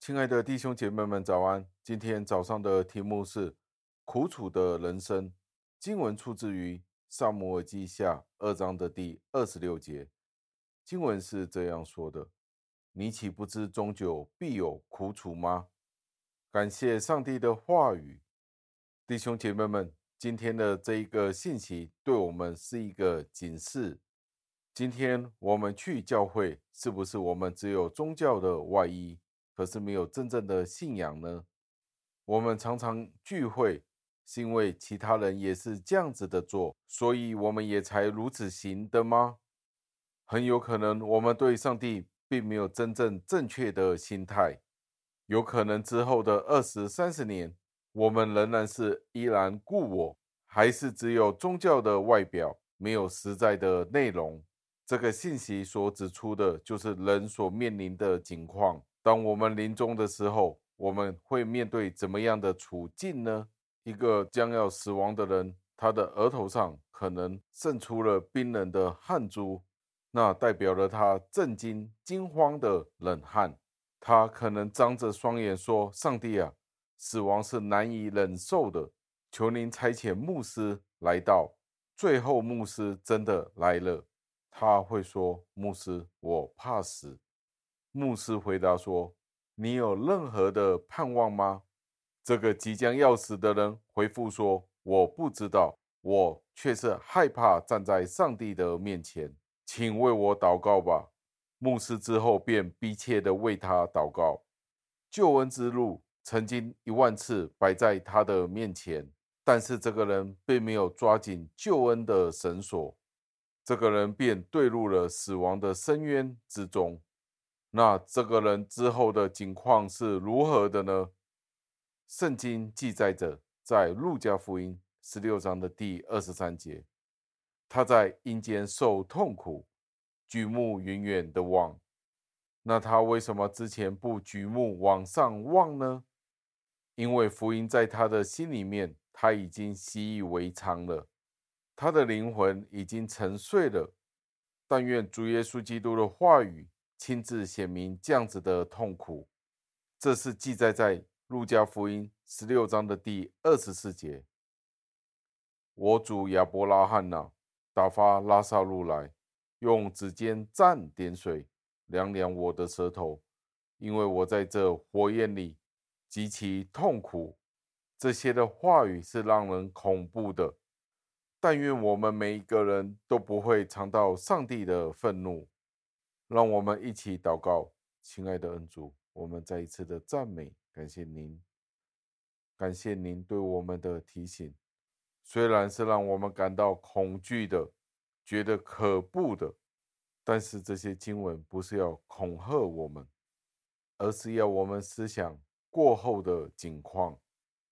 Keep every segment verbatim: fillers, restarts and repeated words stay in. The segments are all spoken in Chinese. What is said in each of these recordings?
亲爱的弟兄姐妹们，早安！今天早上的题目是苦楚的人生。经文出自于撒母耳记下二章的第二十六节。经文是这样说的：你岂不知终究必有苦楚吗？感谢上帝的话语。弟兄姐妹们，今天的这一个信息对我们是一个警示。今天我们去教会，是不是我们只有宗教的外衣，可是没有真正的信仰呢？我们常常聚会，是因为其他人也是这样子的做，所以我们也才如此行的吗？很有可能我们对上帝并没有真正正确的心态，有可能之后的二十三十年，我们仍然是依然故我，还是只有宗教的外表，没有实在的内容。这个信息所指出的就是人所面临的境况。当我们临终的时候，我们会面对怎么样的处境呢？一个将要死亡的人，他的额头上可能渗出了冰冷的汗珠，那代表了他震惊、惊慌的冷汗。他可能张着双眼说：上帝啊，死亡是难以忍受的，求您差遣牧师来到。最后牧师真的来了，他会说：牧师，我怕死。牧师回答说：你有任何的盼望吗？这个即将要死的人回复说：我不知道，我却是害怕站在上帝的面前，请为我祷告吧。牧师之后便逼切地为他祷告。救恩之路曾经一万次摆在他的面前，但是这个人并没有抓紧救恩的绳索，这个人便坠入了死亡的深渊之中。那这个人之后的境况是如何的呢？圣经记载着，在路加福音十六章的第二十三节，他在阴间受痛苦，举目远远的望。那他为什么之前不举目往上望呢？因为福音在他的心里面，他已经习以为常了，他的灵魂已经沉睡了。但愿主耶稣基督的话语亲自显明这样子的痛苦。这是记载在路加福音十六章的第二十四节。我主亚伯拉罕呐、打发拉撒路来，用指尖蘸点水，凉凉我的舌头，因为我在这火焰里极其痛苦。这些的话语是让人恐怖的。但愿我们每一个人都不会尝到上帝的愤怒。让我们一起祷告。亲爱的恩主，我们再一次的赞美，感谢您，感谢您对我们的提醒。虽然是让我们感到恐惧的，觉得可怖的，但是这些经文不是要恐吓我们，而是要我们思想过后的景况。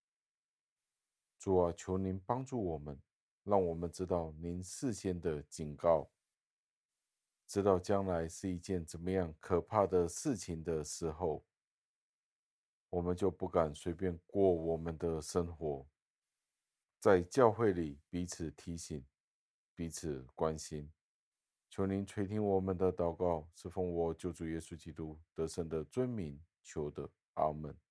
主啊，求您帮助我们，让我们知道您事先的警告，知道将来是一件怎么样可怕的事情的时候，我们就不敢随便过我们的生活。在教会里彼此提醒，彼此关心。求您垂听我们的祷告，是奉我救主耶稣基督得胜的尊名求的。阿门。